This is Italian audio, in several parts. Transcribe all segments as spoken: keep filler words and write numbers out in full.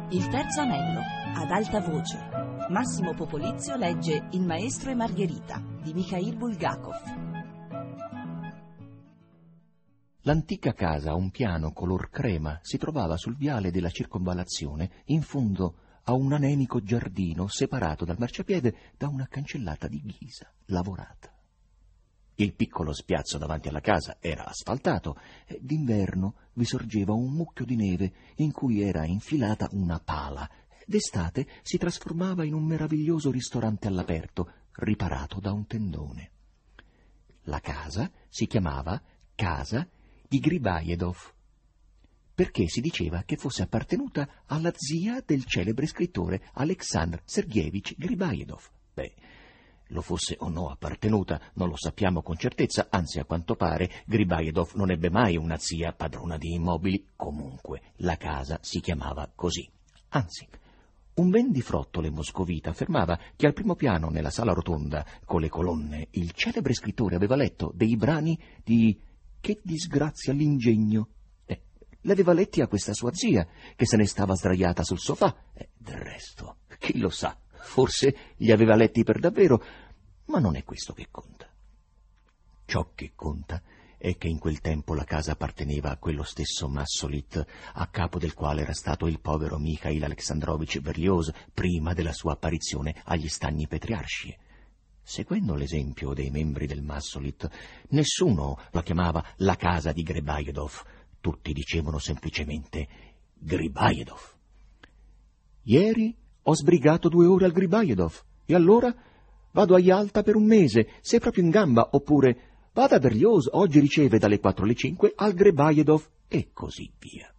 Il terzo anello, ad alta voce. Massimo Popolizio legge Il maestro e Margherita di Mikhail Bulgakov. L'antica casa a un piano color crema si trovava sul viale della circonvallazione, in fondo a un anemico giardino separato dal marciapiede da una cancellata di ghisa lavorata. Il piccolo spiazzo davanti alla casa era asfaltato e d'inverno vi sorgeva un mucchio di neve in cui era infilata una pala. D'estate si trasformava in un meraviglioso ristorante all'aperto, riparato da un tendone. La casa si chiamava Casa di Gribajedov, perché si diceva che fosse appartenuta alla zia del celebre scrittore Aleksandr Sergeevich Gribajedov. Beh, lo fosse o no appartenuta non lo sappiamo con certezza, anzi a quanto pare Gribajedov non ebbe mai una zia padrona di immobili. Comunque la casa si chiamava così. Anzi, un vendifrottole moscovita affermava che al primo piano, nella sala rotonda con le colonne, il celebre scrittore aveva letto dei brani di Che disgrazia l'ingegno. Eh, l'aveva letti a questa sua zia, che se ne stava sdraiata sul sofà. Eh, del resto, chi lo sa, forse li aveva letti per davvero, ma non è questo che conta. Ciò che conta è che in quel tempo la casa apparteneva a quello stesso Massolit, a capo del quale era stato il povero Mikhail Alexandrovich Berlioz prima della sua apparizione agli Stagni Patriarci. Seguendo l'esempio dei membri del Massolit, nessuno la chiamava la casa di Gribajedov, tutti dicevano semplicemente Gribajedov. Ieri ho sbrigato due ore al Gribajedov, e allora vado a Yalta per un mese, sei proprio in gamba, oppure vada a Berlioz, oggi riceve dalle quattro alle cinque al Gribajedov, e così via.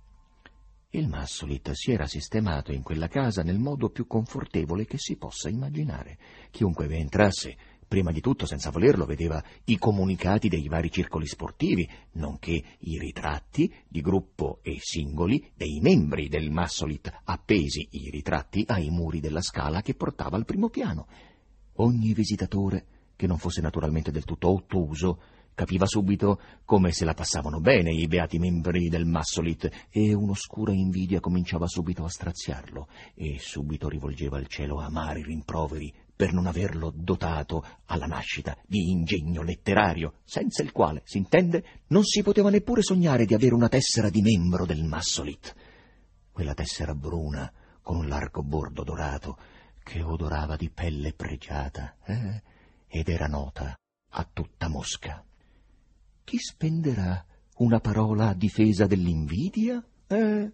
Il Massolit si era sistemato in quella casa nel modo più confortevole che si possa immaginare. Chiunque vi entrasse, prima di tutto, senza volerlo, vedeva i comunicati dei vari circoli sportivi, nonché i ritratti di gruppo e singoli dei membri del Massolit, appesi i ritratti ai muri della scala che portava al primo piano. Ogni visitatore, che non fosse naturalmente del tutto ottuso, capiva subito come se la passavano bene i beati membri del Massolit, e un'oscura invidia cominciava subito a straziarlo, e subito rivolgeva al cielo amari rimproveri per non averlo dotato alla nascita di ingegno letterario, senza il quale, s'intende, non si poteva neppure sognare di avere una tessera di membro del Massolit. Quella tessera bruna, con un largo bordo dorato, che odorava di pelle pregiata, eh? ed era nota a tutta Mosca. Chi spenderà una parola a difesa dell'invidia? Eh,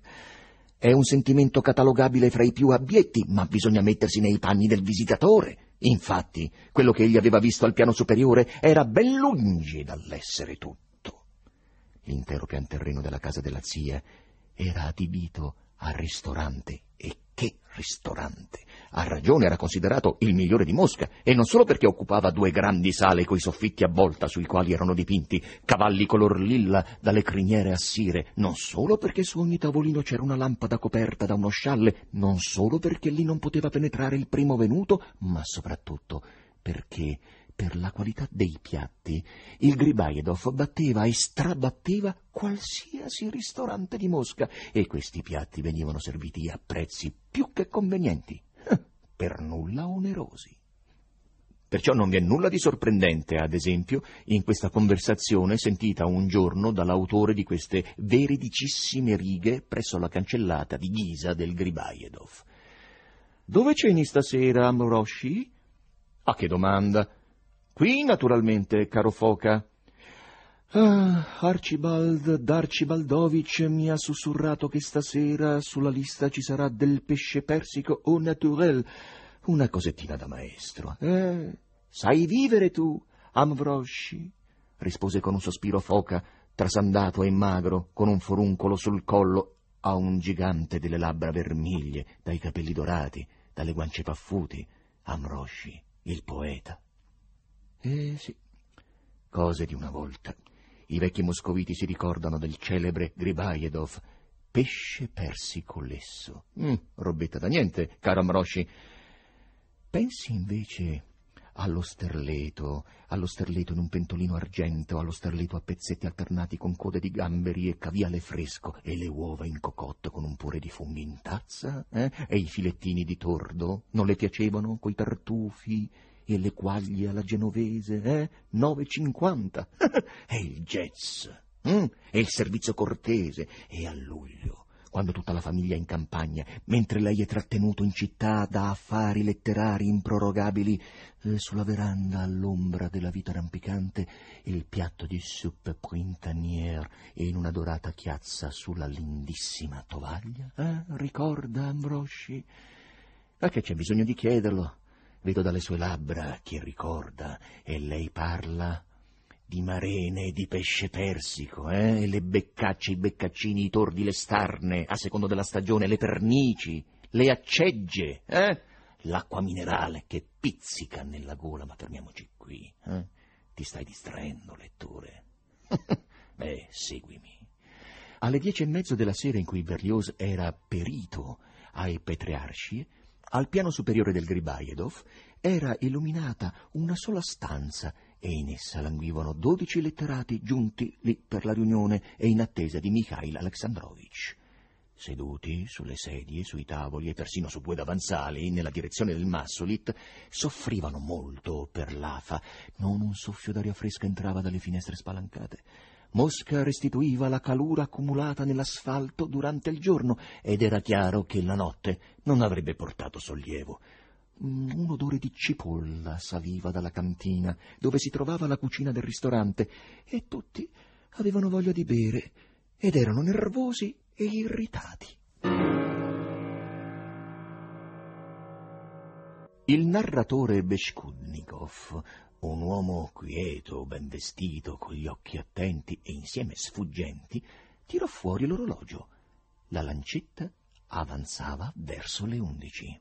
è un sentimento catalogabile fra i più abietti, ma bisogna mettersi nei panni del visitatore. Infatti, quello che egli aveva visto al piano superiore era ben lungi dall'essere tutto. L'intero pian terreno della casa della zia era adibito a ristorante, e che ristorante! A ragione era considerato il migliore di Mosca, e non solo perché occupava due grandi sale coi soffitti a volta sui quali erano dipinti cavalli color lilla dalle criniere assire, non solo perché su ogni tavolino c'era una lampada coperta da uno scialle, non solo perché lì non poteva penetrare il primo venuto, ma soprattutto perché, per la qualità dei piatti, il Gribajedov batteva e strabatteva qualsiasi ristorante di Mosca, e questi piatti venivano serviti a prezzi più che convenienti, per nulla onerosi. Perciò non vi è nulla di sorprendente, ad esempio, in questa conversazione sentita un giorno dall'autore di queste veridicissime righe presso la cancellata di ghisa del Gribajedov. «Dove ceni stasera, Ambroshi?» «Ah, che domanda! Qui, naturalmente, caro Foca». «Ah, Archibald d'Archibaldovich mi ha sussurrato che stasera sulla lista ci sarà del pesce persico au naturel, una cosettina da maestro». «Eh, sai vivere tu, Ambroshi», rispose con un sospiro Foca, trasandato e magro, con un foruncolo sul collo, a un gigante delle labbra vermiglie, dai capelli dorati, dalle guance paffuti. Ambroshi, il poeta. Eh sì, cose di una volta. I vecchi moscoviti si ricordano del celebre Gribajedov, pesce persico lesso. Mm, robetta da niente, caro Ambroshi. Pensi invece allo sterleto, allo sterleto in un pentolino argento, allo sterleto a pezzetti alternati con code di gamberi e caviale fresco, e le uova in cocotte con un purè di funghi in tazza, eh? E i filettini di tordo, non le piacevano coi tartufi e le quaglie alla genovese, eh? nove e cinquanta. E il jazz, hm? E il servizio cortese, e a luglio, quando tutta la famiglia è in campagna, mentre lei è trattenuto in città da affari letterari improrogabili, eh, sulla veranda all'ombra della vita rampicante, il piatto di soupe printanière e in una dorata chiazza sulla lindissima tovaglia. Eh? Ricorda, Ambrosci? Ma che c'è bisogno di chiederlo? Vedo dalle sue labbra che ricorda, e lei parla di marene e di pesce persico, eh? E le beccacce, i beccaccini, i tordi, le starne, a secondo della stagione, le pernici, le accegge, eh? L'acqua minerale che pizzica nella gola, ma fermiamoci qui, eh? Ti stai distraendo, lettore. Beh, seguimi. Alle dieci e mezzo della sera in cui Berlioz era perito ai Patriarchi, al piano superiore del Gribauedov era illuminata una sola stanza e in essa languivano dodici letterati giunti lì per la riunione e in attesa di Michail Aleksandrovich. Seduti sulle sedie, sui tavoli e persino su due davanzali nella direzione del Massolit, soffrivano molto per l'afa. Non un soffio d'aria fresca entrava dalle finestre spalancate. Mosca restituiva la calura accumulata nell'asfalto durante il giorno ed era chiaro che la notte non avrebbe portato sollievo. Un odore di cipolla saliva dalla cantina, dove si trovava la cucina del ristorante, e tutti avevano voglia di bere ed erano nervosi e irritati. Il narratore Beskudnikov, un uomo quieto, ben vestito, con gli occhi attenti e insieme sfuggenti, tirò fuori l'orologio. La lancetta avanzava verso le undici.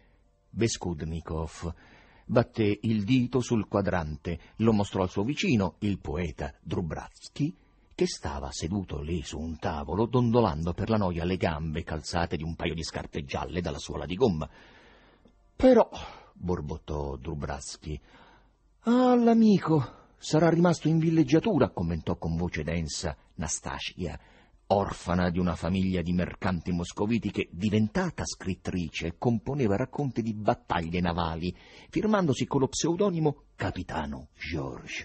Beskudnikov batté il dito sul quadrante, lo mostrò al suo vicino, il poeta Drubratskij, che stava seduto lì su un tavolo, dondolando per la noia le gambe calzate di un paio di scarpe gialle dalla suola di gomma. «Però», borbottò Drubratskij, «ah, l'amico sarà rimasto in villeggiatura», commentò con voce densa Nastasia, orfana di una famiglia di mercanti moscoviti che, diventata scrittrice, componeva racconti di battaglie navali, firmandosi con lo pseudonimo Capitano Georges.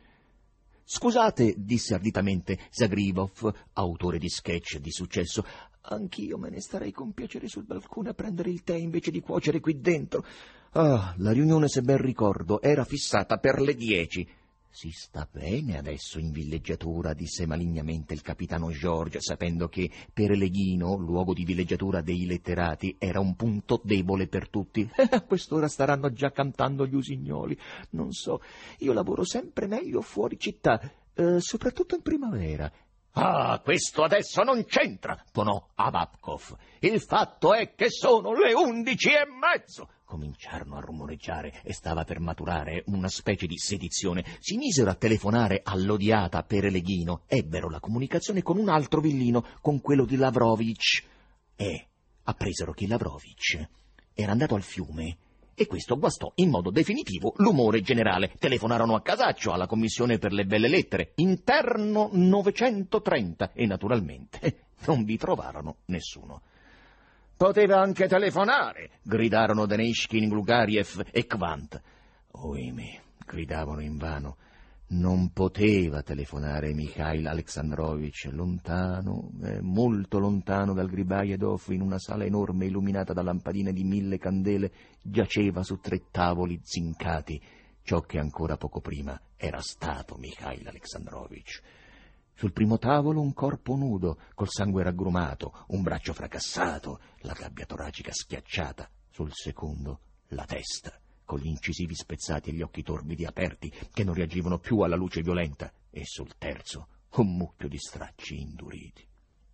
«Scusate», disse arditamente Zagribov, autore di sketch di successo, «anch'io me ne starei con piacere sul balcone a prendere il tè invece di cuocere qui dentro. Ah, la riunione, se ben ricordo, era fissata per le dieci». «Si sta bene adesso in villeggiatura», disse malignamente il capitano Georges, sapendo che Pereleghino, luogo di villeggiatura dei letterati, era un punto debole per tutti. «A quest'ora staranno già cantando gli usignoli. Non so, io lavoro sempre meglio fuori città, eh, soprattutto in primavera». «Ah, questo adesso non c'entra», tuonò Ababkov. «Il fatto è che sono le undici e mezzo». Cominciarono a rumoreggiare e stava per maturare una specie di sedizione. Si misero a telefonare all'odiata Pereleghino, ebbero la comunicazione con un altro villino, con quello di Lavrovich, e appresero che Lavrovich era andato al fiume, e questo guastò in modo definitivo l'umore generale. Telefonarono a casaccio alla commissione per le belle lettere, interno novecentotrenta, e naturalmente non vi trovarono nessuno. «Poteva anche telefonare», gridarono Deneshkin, Glugariev e Kvant. «Oimè», gridavano invano, «non poteva telefonare Michail Aleksandrovich, lontano, eh, molto lontano dal Gribauedov, in una sala enorme illuminata da lampadine di mille candele, giaceva su tre tavoli zincati ciò che ancora poco prima era stato Michail Aleksandrovich. Sul primo tavolo un corpo nudo, col sangue raggrumato, un braccio fracassato, la gabbia toracica schiacciata. Sul secondo, la testa, con gli incisivi spezzati e gli occhi torbidi aperti, che non reagivano più alla luce violenta. E sul terzo, un mucchio di stracci induriti.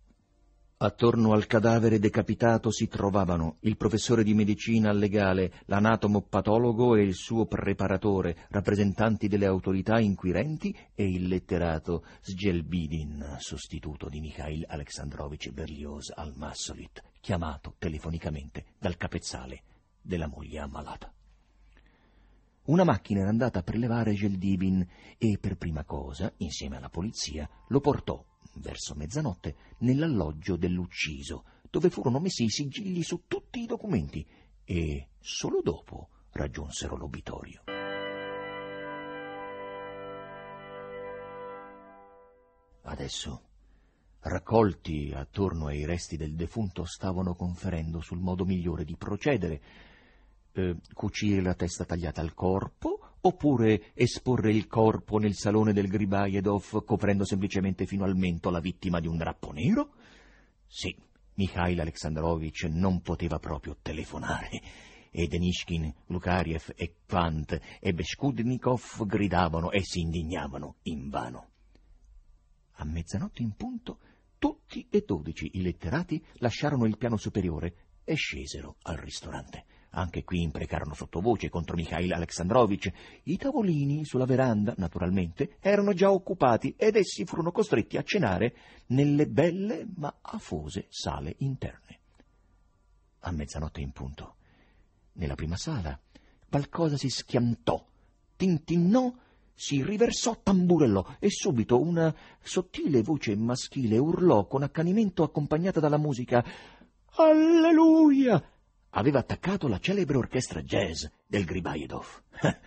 Attorno al cadavere decapitato si trovavano il professore di medicina legale, l'anatomo-patologo e il suo preparatore, rappresentanti delle autorità inquirenti, e il letterato Sgelbidin, sostituto di Michail Aleksandrovich Berlioz al Massolit, chiamato telefonicamente dal capezzale della moglie ammalata. Una macchina era andata a prelevare Geldibin e per prima cosa, insieme alla polizia, lo portò, verso mezzanotte, nell'alloggio dell'ucciso, dove furono messi i sigilli su tutti i documenti e solo dopo raggiunsero l'obitorio. Adesso, raccolti attorno ai resti del defunto, stavano conferendo sul modo migliore di procedere. Eh, cucire la testa tagliata al corpo, oppure esporre il corpo nel salone del Gribajedov, coprendo semplicemente fino al mento la vittima di un drappo nero? Sì, Mikhail Aleksandrovich non poteva proprio telefonare, e Denishkin, Lukariev e Kvant e Beshkudnikov gridavano e si indignavano invano. A mezzanotte in punto, tutti e dodici i letterati lasciarono il piano superiore e scesero al ristorante. Anche qui imprecarono sottovoce contro Mikhail Aleksandrovich. I tavolini sulla veranda, naturalmente, erano già occupati ed essi furono costretti a cenare nelle belle ma afose sale interne. A mezzanotte in punto, nella prima sala, qualcosa si schiantò, tintinnò, si riversò, tamburellò e subito una sottile voce maschile urlò con accanimento accompagnata dalla musica «Alleluia!». Aveva attaccato la celebre orchestra jazz del Gribajedov.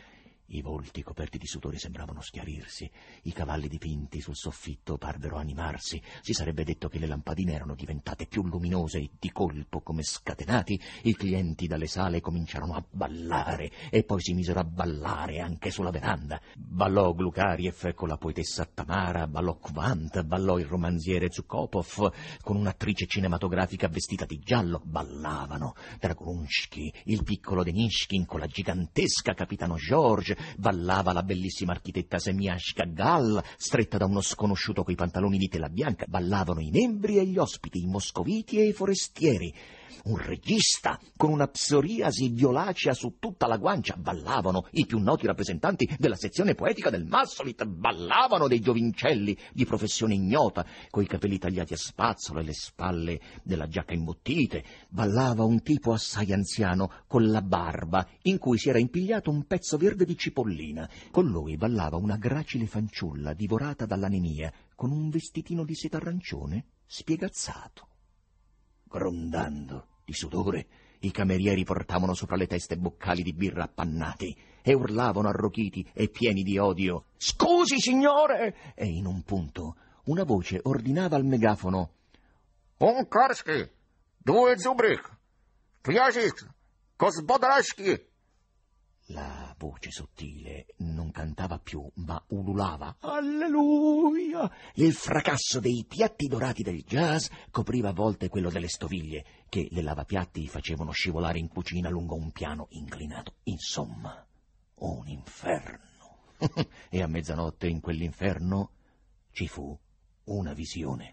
I volti coperti di sudore sembravano schiarirsi, i cavalli dipinti sul soffitto parvero animarsi, si sarebbe detto che le lampadine erano diventate più luminose e di colpo, come scatenati, i clienti dalle sale cominciarono a ballare e poi si misero a ballare anche sulla veranda. Ballò Glukariev con la poetessa Tamara, ballò Kvant, ballò il romanziere Zukopov con un'attrice cinematografica vestita di giallo, ballavano Dragunsky, il piccolo Denishkin con la gigantesca Capitano George, ballava la bellissima architetta Semyashka Gal, stretta da uno sconosciuto coi pantaloni di tela bianca, ballavano i membri e gli ospiti, i moscoviti e i forestieri. Un regista con una psoriasi violacea su tutta la guancia, ballavano i più noti rappresentanti della sezione poetica del Massolit, ballavano dei giovincelli di professione ignota, coi capelli tagliati a spazzolo e le spalle della giacca imbottite, ballava un tipo assai anziano con la barba in cui si era impigliato un pezzo verde di cipollina. Con lui ballava una gracile fanciulla divorata dall'anemia con un vestitino di seta arancione spiegazzato. Grondando di sudore, i camerieri portavano sopra le teste boccali di birra appannati e urlavano arrochiti e pieni di odio «Scusi, signore!» E in un punto una voce ordinava al megafono «Un Karsky, due Zubrich, Knyazhik, Gospodarashki!» La voce sottile non cantava più, ma ululava «Alleluia!». Il fracasso dei piatti dorati del jazz copriva a volte quello delle stoviglie, che le lavapiatti facevano scivolare in cucina lungo un piano inclinato. Insomma, un inferno. E a mezzanotte in quell'inferno ci fu una visione.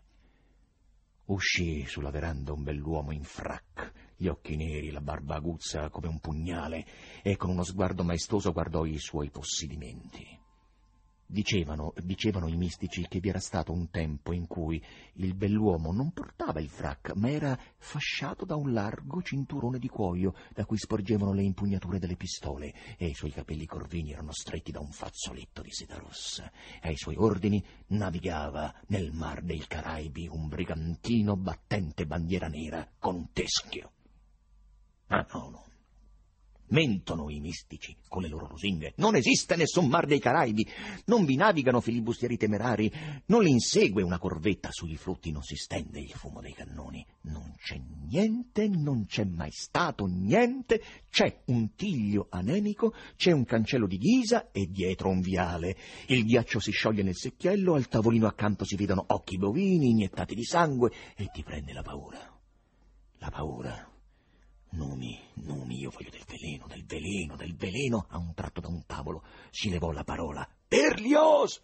Uscì sulla veranda un bell'uomo in frac, gli occhi neri, la barba aguzza come un pugnale, e con uno sguardo maestoso guardò i suoi possidimenti. Dicevano, dicevano i mistici che vi era stato un tempo in cui il bell'uomo non portava il frac, ma era fasciato da un largo cinturone di cuoio da cui sporgevano le impugnature delle pistole, e i suoi capelli corvini erano stretti da un fazzoletto di seta rossa. Ai suoi ordini navigava nel mar dei Caraibi un brigantino battente bandiera nera con un teschio. Ah, no, no. Mentono i mistici con le loro lusinghe. Non esiste nessun mar dei Caraibi, non vi navigano filibustieri temerari, non li insegue una corvetta, sui flutti non si stende il fumo dei cannoni. Non c'è niente, non c'è mai stato niente, c'è un tiglio anemico, c'è un cancello di ghisa e dietro un viale. Il ghiaccio si scioglie nel secchiello, al tavolino accanto si vedono occhi bovini iniettati di sangue e ti prende la paura. La paura. Numi, Numi, io voglio del veleno, del veleno, del veleno. A un tratto da un tavolo si levò la parola Berlioz!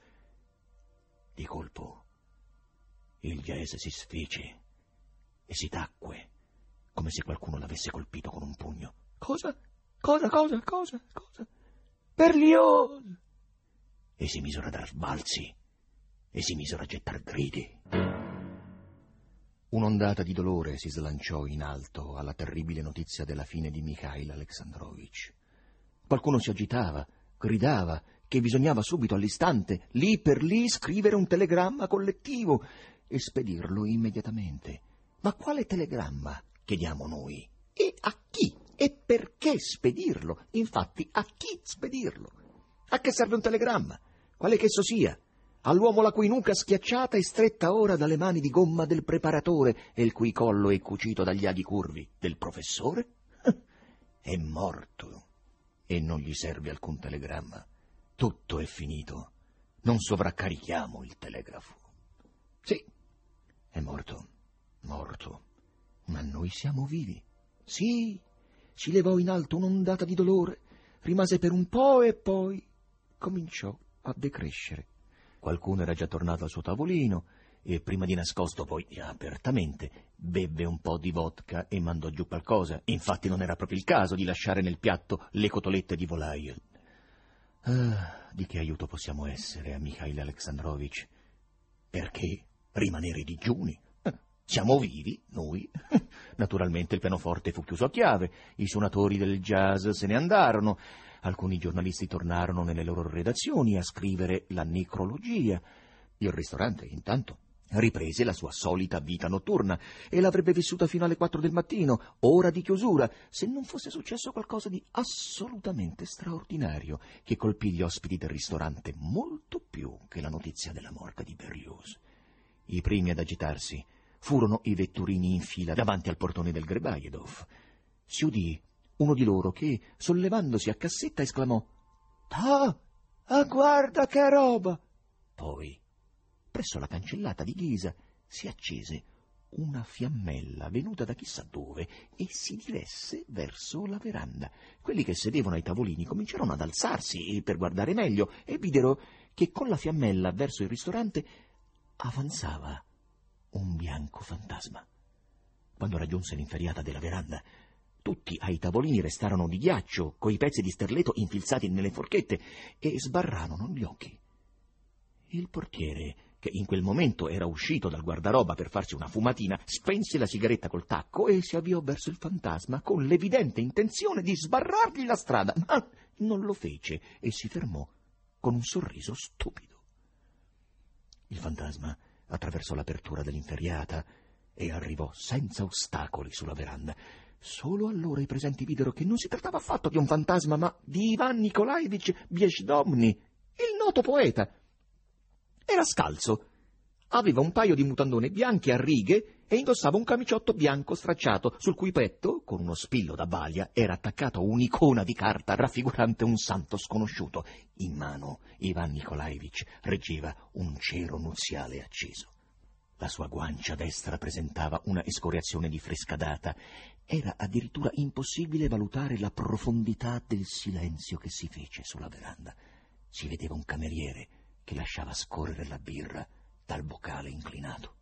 Di colpo il jazz si sfece e si tacque, come se qualcuno l'avesse colpito con un pugno. Cosa? Cosa, cosa, cosa, cosa? Berlioz! E si misero a dar sbalzi e si misero a gettar gridi. Un'ondata di dolore si slanciò in alto alla terribile notizia della fine di Mikhail Aleksandrovich. Qualcuno si agitava, gridava che bisognava subito, all'istante, lì per lì, scrivere un telegramma collettivo e spedirlo immediatamente. Ma quale telegramma, chiediamo noi? E a chi? E perché spedirlo? Infatti, a chi spedirlo? A che serve un telegramma? Quale che esso sia? All'uomo la cui nuca schiacciata e stretta ora dalle mani di gomma del preparatore e il cui collo è cucito dagli aghi curvi del professore? È morto e non gli serve alcun telegramma. Tutto è finito. Non sovraccarichiamo il telegrafo. Sì, è morto, morto, ma noi siamo vivi. Sì, si levò in alto un'ondata di dolore, rimase per un po' e poi cominciò a decrescere. Qualcuno era già tornato al suo tavolino e prima di nascosto, poi apertamente, bevve un po' di vodka e mandò giù qualcosa. Infatti non era proprio il caso di lasciare nel piatto le cotolette di volaio. Ah, di che aiuto possiamo essere a Michail Alexandrovich? Perché rimanere digiuni? Eh, siamo vivi, noi. Naturalmente il pianoforte fu chiuso a chiave, i suonatori del jazz se ne andarono, alcuni giornalisti tornarono nelle loro redazioni a scrivere la necrologia. Il ristorante, intanto, riprese la sua solita vita notturna e l'avrebbe vissuta fino alle quattro del mattino, ora di chiusura, se non fosse successo qualcosa di assolutamente straordinario che colpì gli ospiti del ristorante molto più che la notizia della morte di Berlioz. I primi ad agitarsi furono i vetturini in fila davanti al portone del Grebajedov. Si udì uno di loro che, sollevandosi a cassetta, esclamò: «Ah, ah, guarda che roba!» Poi, presso la cancellata di ghisa, si accese una fiammella venuta da chissà dove e si diresse verso la veranda. Quelli che sedevano ai tavolini cominciarono ad alzarsi per guardare meglio e videro che con la fiammella verso il ristorante avanzava un bianco fantasma. Quando raggiunse l'inferriata della veranda, tutti ai tavolini restarono di ghiaccio, coi pezzi di sterleto infilzati nelle forchette, e sbarrarono gli occhi. Il portiere, che in quel momento era uscito dal guardaroba per farsi una fumatina, spense la sigaretta col tacco e si avviò verso il fantasma con l'evidente intenzione di sbarrargli la strada, ma non lo fece e si fermò con un sorriso stupido. Il fantasma attraversò l'apertura dell'inferriata e arrivò senza ostacoli sulla veranda. Solo allora i presenti videro che non si trattava affatto di un fantasma, ma di Ivan Nikolaevich Biesdomny, il noto poeta. Era scalzo, aveva un paio di mutandone bianchi a righe e indossava un camiciotto bianco stracciato, sul cui petto, con uno spillo da balia, era attaccata un'icona di carta raffigurante un santo sconosciuto. In mano Ivan Nikolaevich reggeva un cero nuziale acceso. La sua guancia destra presentava una escoriazione di fresca data. Era addirittura impossibile valutare la profondità del silenzio che si fece sulla veranda. Si vedeva un cameriere che lasciava scorrere la birra dal boccale inclinato.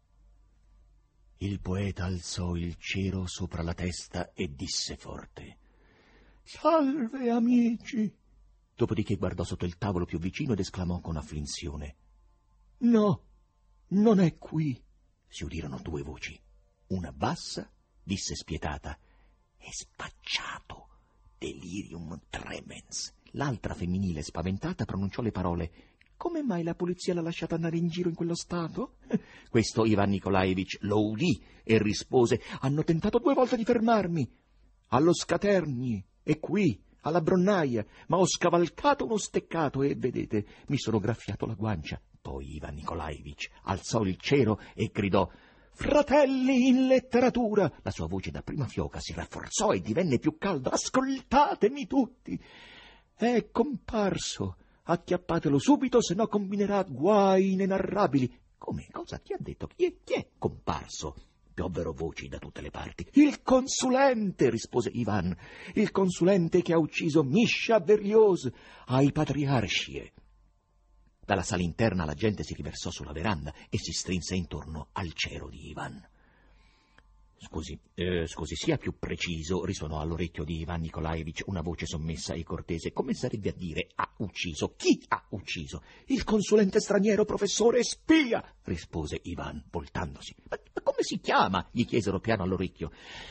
Il poeta alzò il cero sopra la testa e disse forte: «Salve, amici!» Dopodiché guardò sotto il tavolo più vicino ed esclamò con afflizione: «No, non è qui!» Si udirono due voci. Una bassa disse spietata: «È spacciato! Delirium tremens!» L'altra, femminile, spaventata, pronunciò le parole: «Come mai la polizia l'ha lasciata andare in giro in quello stato?» Questo Ivan Nikolaevich lo udì e rispose: «Hanno tentato due volte di fermarmi, allo Scaterni e qui, alla Bronnaia, ma ho scavalcato uno steccato e, vedete, mi sono graffiato la guancia». Poi Ivan Nikolaevich alzò il cero e gridò: «Fratelli in letteratura!» La sua voce da prima fioca si rafforzò e divenne più calda. «Ascoltatemi tutti! È comparso! Acchiappatelo subito, se no combinerà guai inenarrabili!» «Come? Cosa? Chi ha detto? Chi è, chi è comparso?» Piovvero voci da tutte le parti. «Il consulente!» rispose Ivan. «Il consulente che ha ucciso Misha Berlioz ai Patriarchie!» Dalla sala interna la gente si riversò sulla veranda e si strinse intorno al cero di Ivan. «Scusi, eh, scusi, sia più preciso», risuonò all'orecchio di Ivan Nikolaevich una voce sommessa e cortese. «Come sarebbe a dire ha ucciso? Chi ha ucciso?» «Il consulente straniero, professore, spia!» rispose Ivan, voltandosi. «Ma, ma come si chiama?» gli chiesero piano all'orecchio.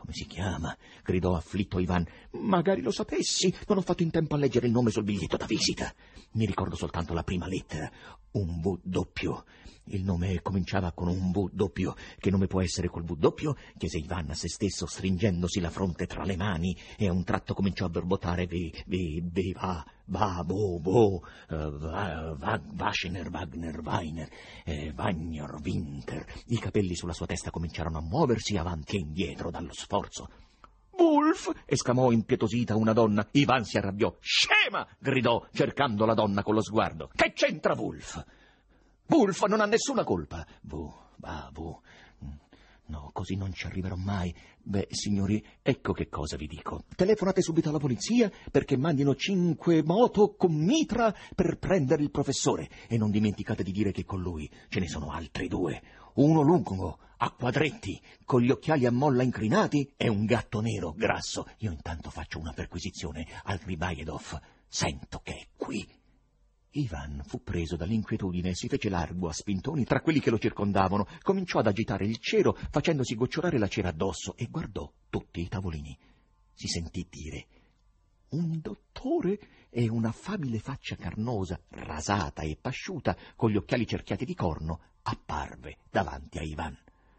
Come si chiama? Gridò afflitto Ivan. Magari lo sapessi, non ho fatto in tempo a leggere il nome sul biglietto da visita. Mi ricordo soltanto la prima lettera, un V doppio. Il nome cominciava con un V doppio. Che nome può essere quel V doppio? Chiese Ivan a se stesso, stringendosi la fronte tra le mani, e a un tratto cominciò a borbottare vi, vi, vi, va, va, bo, bo, uh, va, va, Waschener, Wagner, Weiner, eh, Wagner, Winter. I capelli sulla sua testa cominciarono a muoversi avanti e indietro dallo sforzo. «Wolf!» esclamò impietosita una donna. Ivan si arrabbiò. «Scema!» gridò, cercando la donna con lo sguardo. «Che c'entra Wolf? Wolf non ha nessuna colpa!» «Bu, va, bu. No, così non ci arriverò mai. Beh, signori, ecco che cosa vi dico. Telefonate subito alla polizia perché mandino cinque moto con mitra per prendere il professore. E non dimenticate di dire che con lui ce ne sono altri due. Uno lungo, a quadretti, con gli occhiali a molla incrinati, e un gatto nero, grasso. Io intanto faccio una perquisizione al Gribajedov. Sento che è qui». Ivan fu preso dall'inquietudine e si fece largo a spintoni tra quelli che lo circondavano, cominciò ad agitare il cero facendosi gocciolare la cera addosso e guardò tutti i tavolini. Si sentì dire: «Un dottore?» e un'affabile faccia carnosa, rasata e pasciuta, con gli occhiali cerchiati di corno, apparve davanti a Ivan.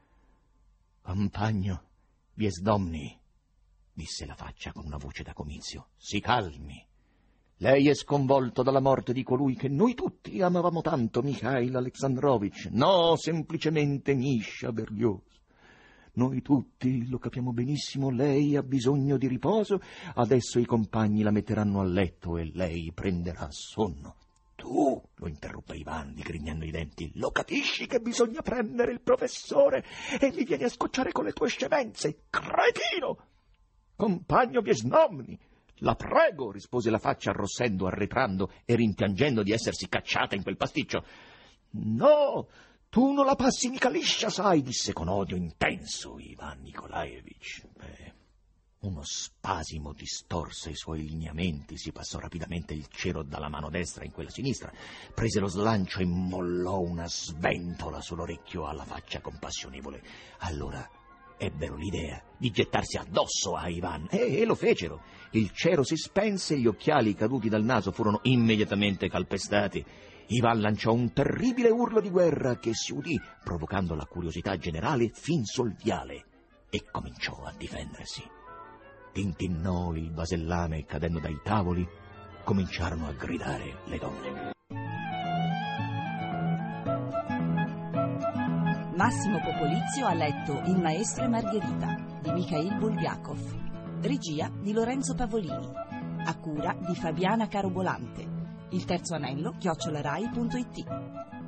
«Compagno, Biesdomni», disse la faccia con una voce da comizio, «si calmi. Lei è sconvolto dalla morte di colui che noi tutti amavamo tanto, Mikhail Alexandrovich. No, semplicemente Misha Berlioz. Noi tutti lo capiamo benissimo, lei ha bisogno di riposo, adesso i compagni la metteranno a letto e lei prenderà sonno». «Tu», lo interruppe Ivan, digrignando i denti, «lo capisci che bisogna prendere il professore e mi vieni a scocciare con le tue scemenze? Cretino!» «Compagno Biesnomni, la prego», rispose la faccia arrossendo, arretrando e rimpiangendo di essersi cacciata in quel pasticcio. «No, tu non la passi mica liscia, sai», disse con odio intenso Ivan Nikolaevich. Beh, uno spasimo distorse i suoi lineamenti, si passò rapidamente il cero dalla mano destra in quella sinistra, prese lo slancio e mollò una sventola sull'orecchio alla faccia compassionevole. Allora ebbero l'idea di gettarsi addosso a Ivan, e, e lo fecero. Il cero si spense, gli occhiali caduti dal naso furono immediatamente calpestati. Ivan lanciò un terribile urlo di guerra che si udì, provocando la curiosità generale fin sul viale, e cominciò a difendersi. Tintinnò il vasellame cadendo dai tavoli, cominciarono a gridare le donne. Massimo Popolizio ha letto Il maestro e Margherita di Mikhail Bulgakov, regia di Lorenzo Pavolini, a cura di Fabiana Carobolante. Il terzo anello chiocciola rai punto it.